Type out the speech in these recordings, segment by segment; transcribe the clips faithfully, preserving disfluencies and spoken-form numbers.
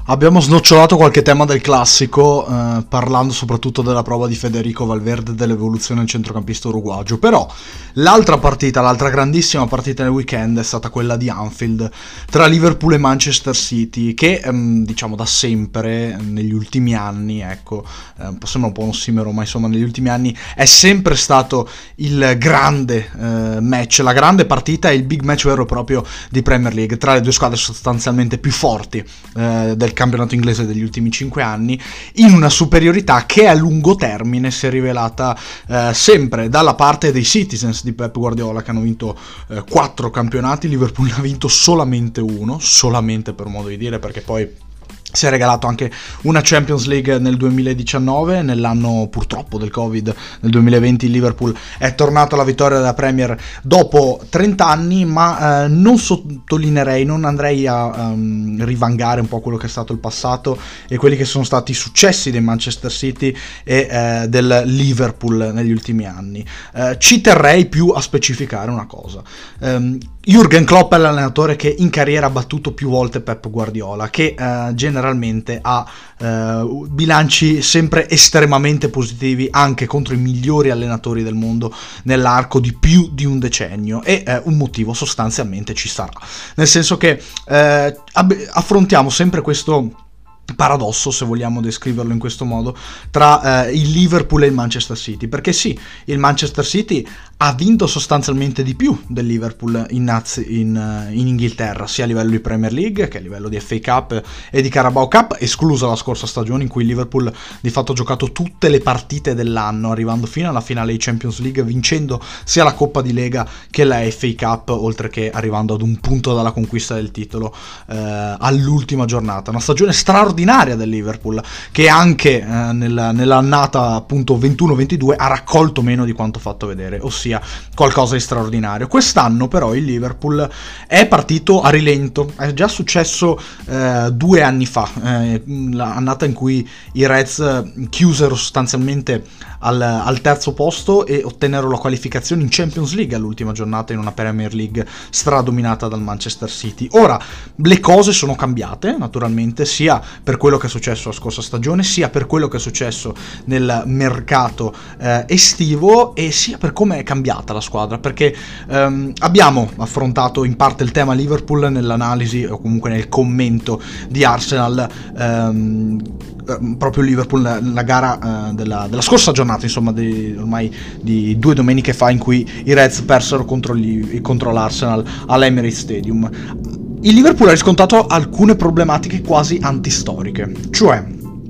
Abbiamo snocciolato qualche tema del classico, eh, parlando soprattutto della prova di Federico Valverde e dell'evoluzione del centrocampista uruguagio, però l'altra partita, l'altra grandissima partita del weekend è stata quella di Anfield tra Liverpool e Manchester City, che ehm, diciamo da sempre, negli ultimi anni, ecco, eh, sembra un po' un ossimoro, ma insomma negli ultimi anni è sempre stato il grande eh, match, la grande partita e il big match vero e proprio di Premier League, tra le due squadre sostanzialmente più forti eh, del campionato inglese degli ultimi cinque anni, in una superiorità che a lungo termine si è rivelata eh, sempre dalla parte dei Citizens di Pep Guardiola, che hanno vinto eh, quattro campionati. Liverpool ne ha vinto solamente uno, solamente per modo di dire, perché poi si è regalato anche una Champions League nel duemiladiciannove, nell'anno purtroppo del Covid. Nel duemilaventi il Liverpool è tornato alla vittoria della Premier dopo trenta anni, ma eh, non sottolineerei, non andrei a um, rivangare un po' quello che è stato il passato e quelli che sono stati i successi del Manchester City e eh, del Liverpool negli ultimi anni. Eh, ci terrei più a specificare una cosa. Um, Jürgen Klopp è l'allenatore che in carriera ha battuto più volte Pep Guardiola, che eh, generalmente ha eh, bilanci sempre estremamente positivi anche contro i migliori allenatori del mondo nell'arco di più di un decennio, e eh, un motivo sostanzialmente ci sarà, nel senso che eh, ab- affrontiamo sempre questo paradosso, se vogliamo descriverlo in questo modo, tra eh, il Liverpool e il Manchester City, perché sì, il Manchester City ha vinto sostanzialmente di più del Liverpool in, naz- in, in Inghilterra, sia a livello di Premier League che a livello di F A Cup e di Carabao Cup, esclusa la scorsa stagione in cui il Liverpool di fatto ha giocato tutte le partite dell'anno, arrivando fino alla finale di Champions League, vincendo sia la Coppa di Lega che la F A Cup, oltre che arrivando ad un punto dalla conquista del titolo eh, all'ultima giornata. Una stagione straordinaria del Liverpool, che anche eh, nel, nell'annata appunto ventuno ventidue ha raccolto meno di quanto fatto vedere, ossia qualcosa di straordinario. Quest'anno però il Liverpool è partito a rilento, è già successo eh, due anni fa, eh, l'annata in cui i Reds chiusero sostanzialmente al, al terzo posto e ottennero la qualificazione in Champions League all'ultima giornata in una Premier League stradominata dal Manchester City. Ora le cose sono cambiate naturalmente, sia per quello che è successo la scorsa stagione, sia per quello che è successo nel mercato eh, estivo, e sia per come è cambiata la squadra, perché ehm, abbiamo affrontato in parte il tema Liverpool nell'analisi o comunque nel commento di Arsenal, ehm, proprio Liverpool, la, la gara eh, della, della scorsa giornata, insomma di, ormai di due domeniche fa, in cui i Reds persero contro, gli, contro l'Arsenal all'Emirates Stadium. Il Liverpool ha riscontrato alcune problematiche quasi antistoriche, cioè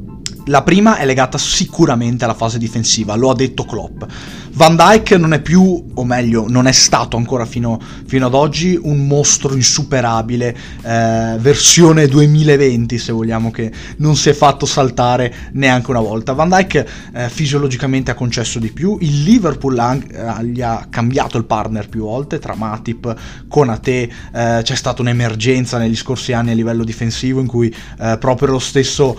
la prima è legata sicuramente alla fase difensiva, lo ha detto Klopp. Van Dijk non è più, o meglio, non è stato ancora fino, fino ad oggi un mostro insuperabile, eh, versione duemilaventi, se vogliamo, che non si è fatto saltare neanche una volta. Van Dijk eh, fisiologicamente ha concesso di più, il Liverpool ha, eh, gli ha cambiato il partner più volte, tra Matip, Konaté, eh, c'è stata un'emergenza negli scorsi anni a livello difensivo in cui eh, proprio lo stesso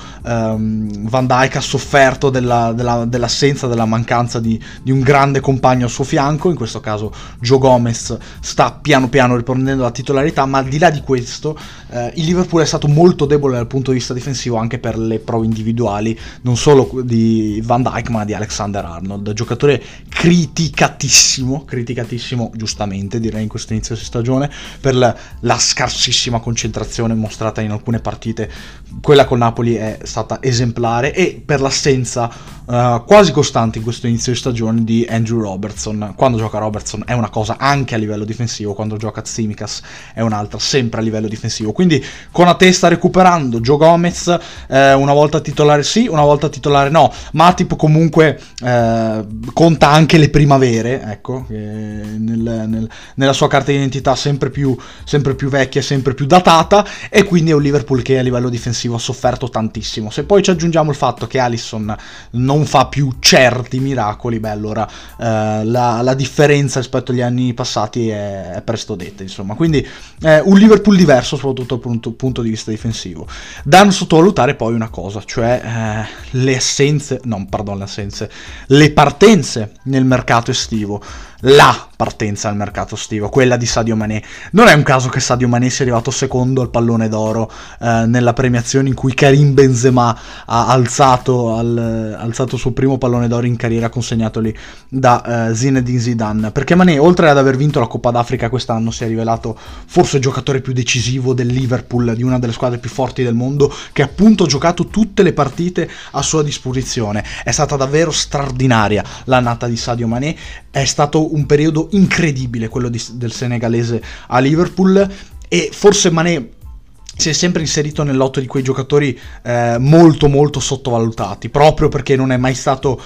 ehm, Van Dijk ha sofferto della, della, dell'assenza, della mancanza di, di un grande compagno al suo fianco. In questo caso Joe Gomez sta piano piano riprendendo la titolarità, ma al di là di questo eh, il Liverpool è stato molto debole dal punto di vista difensivo anche per le prove individuali, non solo di Van Dijk ma di Alexander-Arnold, giocatore criticatissimo, criticatissimo giustamente direi in questo inizio di stagione per la, la scarsissima concentrazione mostrata in alcune partite. Quella con Napoli è stata esemplare, e per l'assenza uh, quasi costante in questo inizio di stagione di Andrew Robertson. Quando gioca Robertson è una cosa anche a livello difensivo, quando gioca Tsimikas è un'altra, sempre a livello difensivo. Quindi con a testa recuperando, Joe Gomez eh, una volta titolare sì, una volta titolare no, Matip comunque eh, conta anche le primavere, ecco, eh, nel, nel, nella sua carta d'identità sempre più, sempre più vecchia, sempre più datata, e quindi è un Liverpool che a livello difensivo ha sofferto tantissimo. Se poi ci aggiungiamo il fatto che Alisson non fa più certi miracoli, beh allora Uh, la, la differenza rispetto agli anni passati è, è presto detta, insomma. Quindi eh, un Liverpool diverso soprattutto dal punto, punto di vista difensivo. Da non sottovalutare poi una cosa, cioè eh, le assenze, no pardon le assenze, le partenze nel mercato estivo. la partenza al mercato estivo, quella di Sadio Mané. Non è un caso che Sadio Mané sia arrivato secondo al pallone d'oro eh, nella premiazione in cui Karim Benzema ha alzato, al, alzato il suo primo pallone d'oro in carriera, consegnatoli da eh, Zinedine Zidane, perché Mané, oltre ad aver vinto la Coppa d'Africa quest'anno, si è rivelato forse il giocatore più decisivo del Liverpool, di una delle squadre più forti del mondo, che ha appunto giocato tutte le partite a sua disposizione. È stata davvero straordinaria l'annata di Sadio Mané, è stato un periodo incredibile quello di, del senegalese a Liverpool, e forse Mané si è sempre inserito nel lotto di quei giocatori eh, molto molto sottovalutati, proprio perché non è mai stato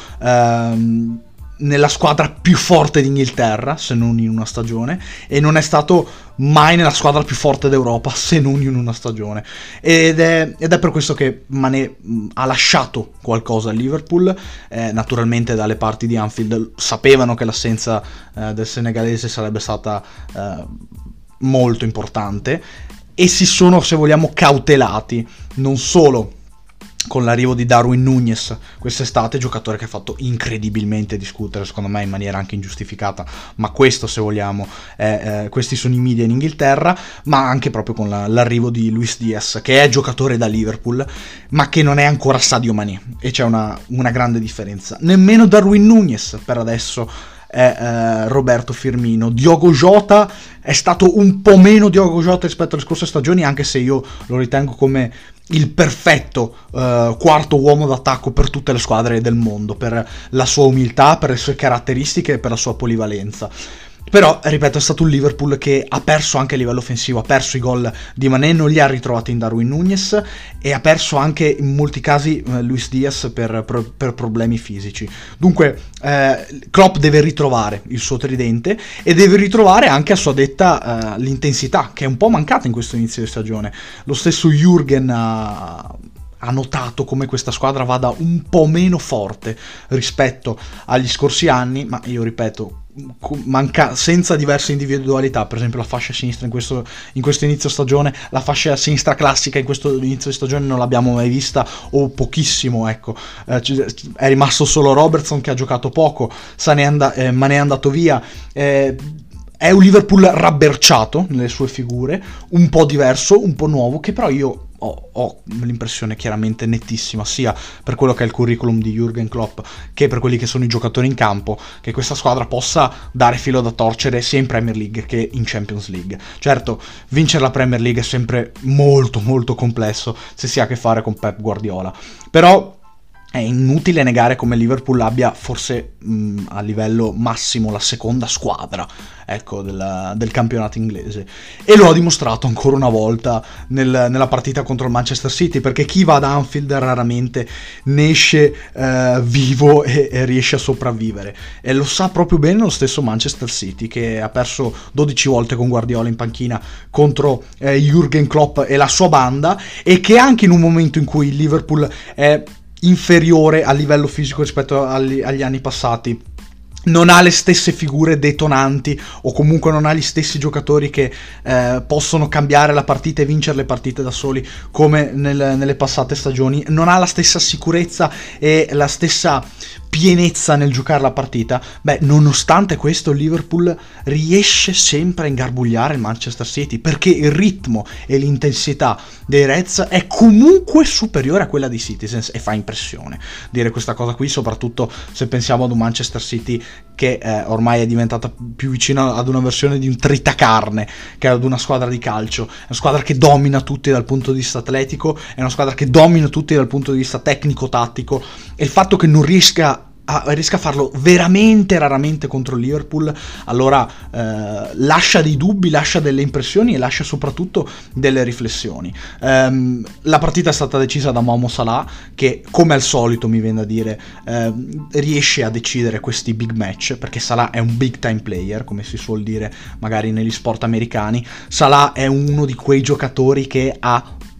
ehm, nella squadra più forte d'Inghilterra, se non in una stagione, e non è stato mai nella squadra più forte d'Europa, se non in una stagione, ed è, ed è per questo che Mané mh, ha lasciato qualcosa a Liverpool. Eh, naturalmente dalle parti di Anfield sapevano che l'assenza eh, del senegalese sarebbe stata eh, molto importante, e si sono, se vogliamo, cautelati, non solo con l'arrivo di Darwin Núñez quest'estate, giocatore che ha fatto incredibilmente discutere, secondo me in maniera anche ingiustificata, ma questo, se vogliamo, è, eh, questi sono i media in Inghilterra, ma anche proprio con la, l'arrivo di Luis Diaz, che è giocatore da Liverpool, ma che non è ancora Sadio Mané, e c'è una, una grande differenza. Nemmeno Darwin Núñez per adesso è eh, Roberto Firmino. Diogo Jota è stato un po' meno Diogo Jota rispetto alle scorse stagioni, anche se io lo ritengo come il perfetto uh, quarto uomo d'attacco per tutte le squadre del mondo, per la sua umiltà, per le sue caratteristiche e per la sua polivalenza. Però, ripeto, è stato un Liverpool che ha perso anche a livello offensivo, ha perso i gol di Mané, non li ha ritrovati in Darwin Núñez, e ha perso anche in molti casi eh, Luis Diaz per, per, per problemi fisici. Dunque eh, Klopp deve ritrovare il suo tridente, e deve ritrovare anche a sua detta eh, l'intensità, che è un po' mancata in questo inizio di stagione. Lo stesso Jürgen ha... ha notato come questa squadra vada un po' meno forte rispetto agli scorsi anni, ma io ripeto, manca, senza diverse individualità. Per esempio la fascia sinistra in questo, in questo inizio stagione, la fascia sinistra classica in questo inizio di stagione non l'abbiamo mai vista, o pochissimo, ecco. Eh, è rimasto solo Robertson, che ha giocato poco, Sané and- eh, Mané è andato via. eh, È un Liverpool rabberciato nelle sue figure, un po' diverso, un po' nuovo, che però io ho, ho l'impressione chiaramente nettissima, sia per quello che è il curriculum di Jürgen Klopp che per quelli che sono i giocatori in campo, che questa squadra possa dare filo da torcere sia in Premier League che in Champions League. Certo, vincere la Premier League è sempre molto molto complesso se si ha a che fare con Pep Guardiola, però è inutile negare come Liverpool abbia forse mh, a livello massimo la seconda squadra, ecco, del, del campionato inglese, e lo ha dimostrato ancora una volta nel, nella partita contro il Manchester City, perché chi va ad Anfield raramente ne esce eh, vivo e, e riesce a sopravvivere, e lo sa proprio bene lo stesso Manchester City, che ha perso dodici volte con Guardiola in panchina contro eh, Jürgen Klopp e la sua banda, e che anche in un momento in cui il Liverpool è inferiore a livello fisico rispetto agli, agli anni passati, non ha le stesse figure detonanti, o comunque non ha gli stessi giocatori che eh, possono cambiare la partita e vincere le partite da soli come nel, nelle passate stagioni, non ha la stessa sicurezza e la stessa pienezza nel giocare la partita. Beh, nonostante questo il Liverpool riesce sempre a ingarbugliare il Manchester City, perché il ritmo e l'intensità dei Reds è comunque superiore a quella dei Citizens, e fa impressione dire questa cosa qui, soprattutto se pensiamo ad un Manchester City che eh, ormai è diventata più vicina ad una versione di un tritacarne che ad una squadra di calcio. È una squadra che domina tutti dal punto di vista atletico, è una squadra che domina tutti dal punto di vista tecnico-tattico, e il fatto che non riesca a, riesca a farlo veramente raramente contro il Liverpool, allora eh, lascia dei dubbi, lascia delle impressioni e lascia soprattutto delle riflessioni. Um, la partita è stata decisa da Momo Salah, che come al solito, mi viene da dire, eh, riesce a decidere questi big match, perché Salah è un big time player, come si suol dire magari negli sport americani. Salah è uno di quei giocatori che ha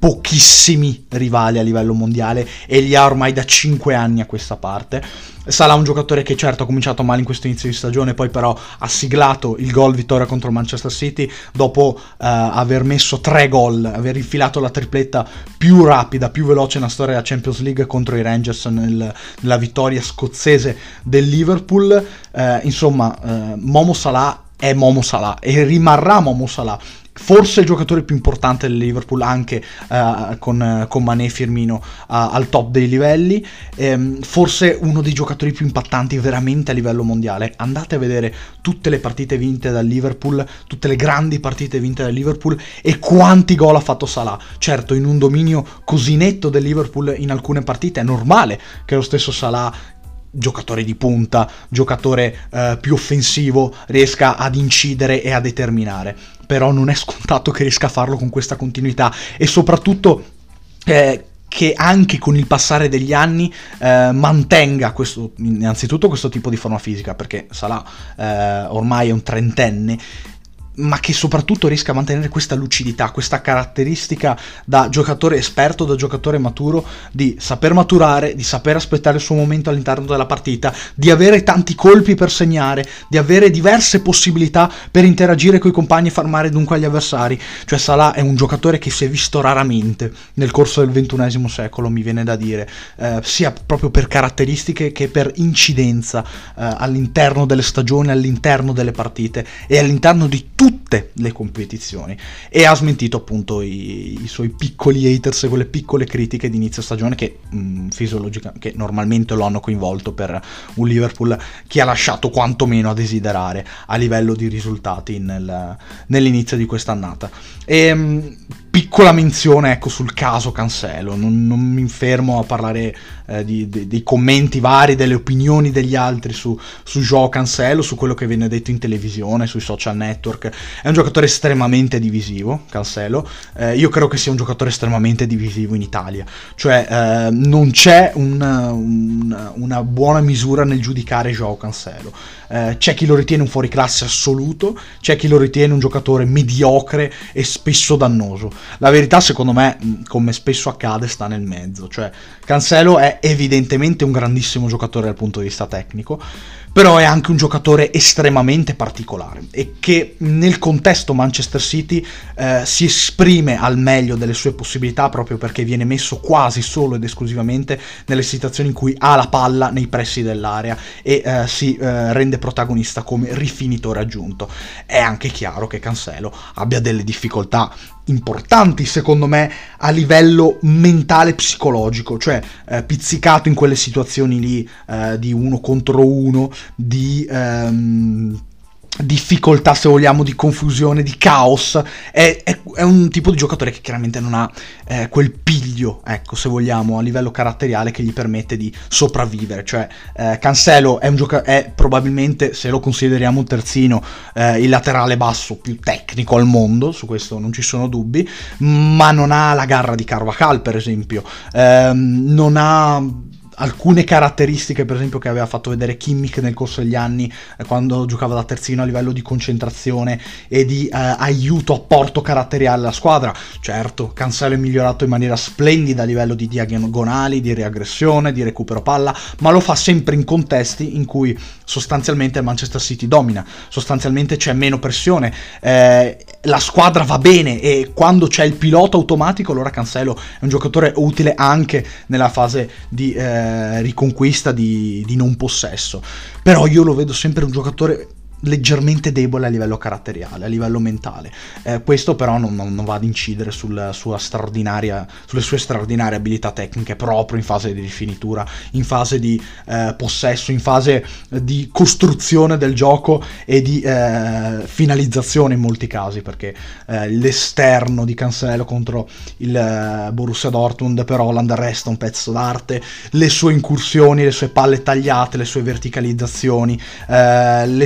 pochissimi rivali a livello mondiale e li ha ormai da cinque anni a questa parte. Salah, un giocatore che certo ha cominciato male in questo inizio di stagione, poi però ha siglato il gol vittoria contro il Manchester City dopo uh, aver messo tre gol, aver infilato la tripletta più rapida, più veloce nella storia della Champions League contro i Rangers nel, nella vittoria scozzese del Liverpool. Uh, insomma, uh, Momo Salah è Momo Salah e rimarrà Momo Salah. Forse il giocatore più importante del Liverpool, anche uh, con, con Mané e Firmino uh, al top dei livelli, ehm, forse uno dei giocatori più impattanti veramente a livello mondiale. Andate a vedere tutte le partite vinte dal Liverpool, tutte le grandi partite vinte dal Liverpool e quanti gol ha fatto Salah. Certo, in un dominio così netto del Liverpool in alcune partite è normale che lo stesso Salah, giocatore di punta, giocatore eh, più offensivo, riesca ad incidere e a determinare, però non è scontato che riesca a farlo con questa continuità e soprattutto eh, che anche con il passare degli anni eh, mantenga questo, innanzitutto questo tipo di forma fisica, perché Salah eh, ormai è un trentenne, ma che soprattutto riesca a mantenere questa lucidità, questa caratteristica da giocatore esperto, da giocatore maturo, di saper maturare, di saper aspettare il suo momento all'interno della partita, di avere tanti colpi per segnare, di avere diverse possibilità per interagire con i compagni e far male dunque agli avversari. Cioè Salah è un giocatore che si è visto raramente nel corso del ventunesimo secolo, mi viene da dire, eh, sia proprio per caratteristiche che per incidenza eh, all'interno delle stagioni, all'interno delle partite e all'interno di tutte le competizioni, e ha smentito appunto i, i suoi piccoli haters e quelle piccole critiche di inizio stagione che mh, fisiologica che normalmente lo hanno coinvolto per un Liverpool che ha lasciato quantomeno a desiderare a livello di risultati nel, nell'inizio di quest'annata. E mh, piccola menzione ecco sul caso Cancelo, non, non mi fermo a parlare eh, di, di, dei commenti vari, delle opinioni degli altri su, su João Cancelo, su quello che viene detto in televisione, sui social network. È un giocatore estremamente divisivo, Cancelo, eh, io credo che sia un giocatore estremamente divisivo in Italia, cioè eh, non c'è un, un, una buona misura nel giudicare João Cancelo. Eh, c'è chi lo ritiene un fuoriclasse assoluto, c'è chi lo ritiene un giocatore mediocre e spesso dannoso. La verità, secondo me, come spesso accade, sta nel mezzo. Cioè Cancelo è evidentemente un grandissimo giocatore dal punto di vista tecnico, però è anche un giocatore estremamente particolare e che nel contesto Manchester City eh, si esprime al meglio delle sue possibilità, proprio perché viene messo quasi solo ed esclusivamente nelle situazioni in cui ha la palla nei pressi dell'area e eh, si eh, rende protagonista come rifinitore aggiunto. È anche chiaro che Cancelo abbia delle difficoltà importanti, secondo me, a livello mentale psicologico, cioè eh, pizzicato in quelle situazioni lì eh, di uno contro uno, di ehm, difficoltà, se vogliamo, di confusione, di caos. È, è, è un tipo di giocatore che chiaramente non ha eh, quel piglio, ecco, se vogliamo, a livello caratteriale che gli permette di sopravvivere. Cioè eh, Cancelo è un gioca- è probabilmente, se lo consideriamo un terzino, eh, il laterale basso più tecnico al mondo, su questo non ci sono dubbi, ma non ha la garra di Carvajal, per esempio, eh, non ha alcune caratteristiche, per esempio, che aveva fatto vedere Kimmich nel corso degli anni eh, quando giocava da terzino, a livello di concentrazione e di eh, aiuto, apporto caratteriale alla squadra. Certo, Cancelo è migliorato in maniera splendida a livello di diagonali, di riaggressione, di recupero palla, ma lo fa sempre in contesti in cui sostanzialmente il Manchester City domina, sostanzialmente c'è meno pressione, eh, la squadra va bene, e quando c'è il pilota automatico allora Cancelo è un giocatore utile anche nella fase di eh, riconquista, di, di non possesso. Però io lo vedo sempre un giocatore leggermente debole a livello caratteriale, a livello mentale. Eh, questo però non, non, non va ad incidere sulla sua straordinaria, sulle sue straordinarie abilità tecniche proprio in fase di rifinitura, in fase di eh, possesso, in fase di costruzione del gioco e di eh, finalizzazione in molti casi, perché eh, l'esterno di Cancelo contro il eh, Borussia Dortmund per Haaland resta un pezzo d'arte. Le sue incursioni, le sue palle tagliate, le sue verticalizzazioni, eh, le sue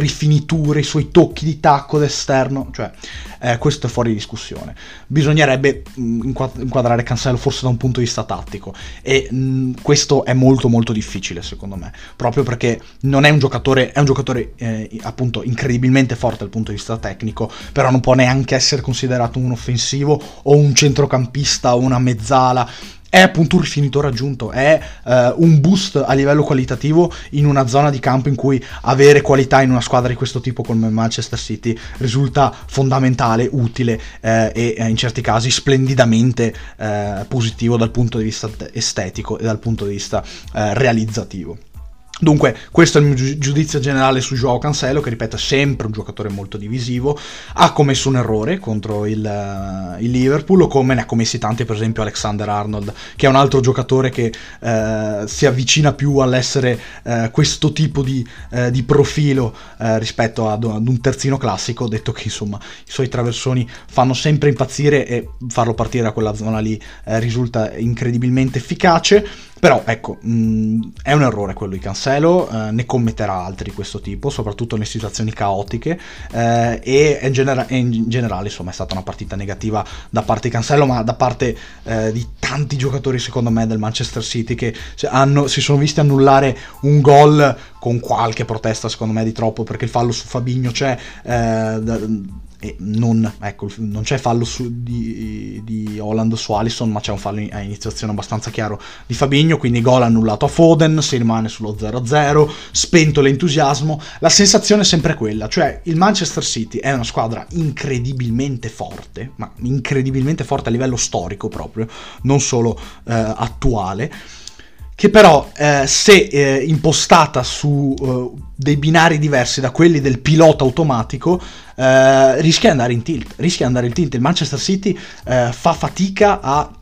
rifiniture, i suoi tocchi di tacco d'esterno, cioè eh, questo è fuori discussione. Bisognerebbe mh, inquadrare Cancelo forse da un punto di vista tattico, e mh, questo è molto molto difficile secondo me, proprio perché non è un giocatore, è un giocatore eh, appunto incredibilmente forte dal punto di vista tecnico, però non può neanche essere considerato un offensivo o un centrocampista o una mezzala. È appunto un rifinitore aggiunto, è uh, un boost a livello qualitativo in una zona di campo in cui avere qualità in una squadra di questo tipo come Manchester City risulta fondamentale, utile eh, e in certi casi splendidamente eh, positivo dal punto di vista estetico e dal punto di vista eh, realizzativo. Dunque, questo è il mio giudizio generale su Joao Cancelo, che ripeto è sempre un giocatore molto divisivo. Ha commesso un errore contro il, uh, il Liverpool, o come ne ha commessi tanti, per esempio Alexander-Arnold, che è un altro giocatore che uh, si avvicina più all'essere uh, questo tipo di, uh, di profilo uh, rispetto ad, ad un terzino classico, detto che insomma i suoi traversoni fanno sempre impazzire e farlo partire da quella zona lì uh, risulta incredibilmente efficace. Però ecco, mh, è un errore quello di Cancelo, eh, ne commetterà altri di questo tipo, soprattutto nelle situazioni caotiche, eh, e in, genera- in generale insomma è stata una partita negativa da parte di Cancelo, ma da parte eh, di tanti giocatori secondo me del Manchester City, che hanno, si sono visti annullare un gol con qualche protesta secondo me di troppo, perché il fallo su Fabinho c'è... Eh, da, E non, ecco, non c'è fallo su, di, di Haaland su Alisson, ma c'è un fallo a iniziazione abbastanza chiaro di Fabinho, quindi gol annullato a Foden, si rimane sullo zero a zero, spento l'entusiasmo. La sensazione è sempre quella, cioè il Manchester City è una squadra incredibilmente forte, ma incredibilmente forte a livello storico proprio, non solo eh, attuale, che però eh, se eh, impostata su eh, dei binari diversi da quelli del pilota automatico, eh, rischia di andare in tilt, rischia di andare in tilt. Il Manchester City eh, fa fatica a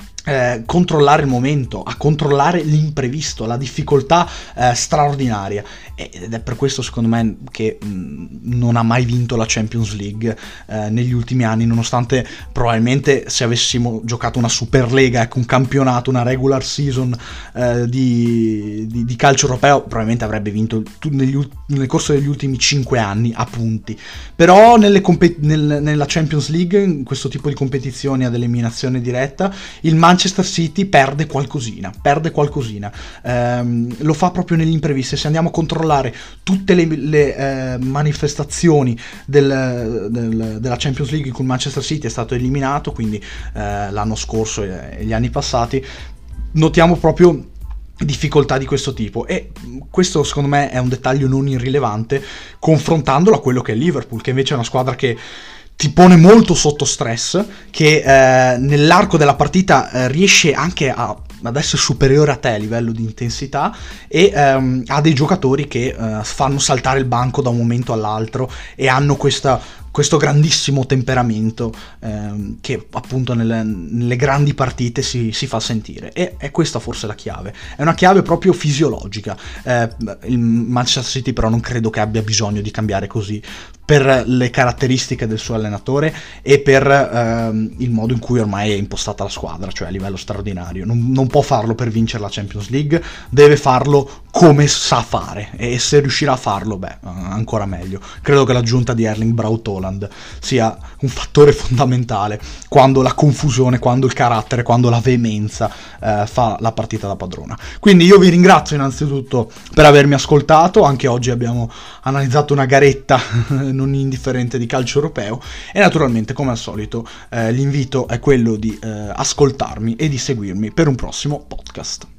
Eh, controllare il momento, a controllare l'imprevisto, la difficoltà eh, straordinaria, ed è per questo secondo me che mh, non ha mai vinto la Champions League eh, negli ultimi anni, nonostante probabilmente se avessimo giocato una Superlega, ecco, un campionato, una regular season eh, di, di, di calcio europeo, probabilmente avrebbe vinto tu, negli, nel corso degli ultimi cinque anni a punti. Però nelle comp- nel, nella Champions League, in questo tipo di competizioni ad eliminazione diretta, il Manchester City perde qualcosina, perde qualcosina, ehm, lo fa proprio negli imprevisti. Se andiamo a controllare tutte le, le eh, manifestazioni del, del, della Champions League in cui il Manchester City è stato eliminato, quindi eh, l'anno scorso e, e gli anni passati, notiamo proprio difficoltà di questo tipo, e questo secondo me è un dettaglio non irrilevante confrontandolo a quello che è Liverpool, che invece è una squadra che ti pone molto sotto stress, che eh, nell'arco della partita eh, riesce anche a, ad essere superiore a te a livello di intensità, e ehm, ha dei giocatori che eh, fanno saltare il banco da un momento all'altro e hanno questa, questo grandissimo temperamento ehm, che appunto nelle, nelle grandi partite si, si fa sentire, e è questa forse la chiave, è una chiave proprio fisiologica. Eh, il Manchester City però non credo che abbia bisogno di cambiare così, per le caratteristiche del suo allenatore e per ehm, il modo in cui ormai è impostata la squadra, cioè a livello straordinario. Non, non può farlo per vincere la Champions League, deve farlo come sa fare, e se riuscirà a farlo, beh, ancora meglio. Credo che l'aggiunta di Erling Braut Haaland sia un fattore fondamentale quando la confusione, quando il carattere, quando la veemenza eh, fa la partita da padrona. Quindi io vi ringrazio innanzitutto per avermi ascoltato. Anche oggi abbiamo analizzato una garetta non indifferente di calcio europeo, e naturalmente come al solito eh, l'invito è quello di eh, ascoltarmi e di seguirmi per un prossimo podcast.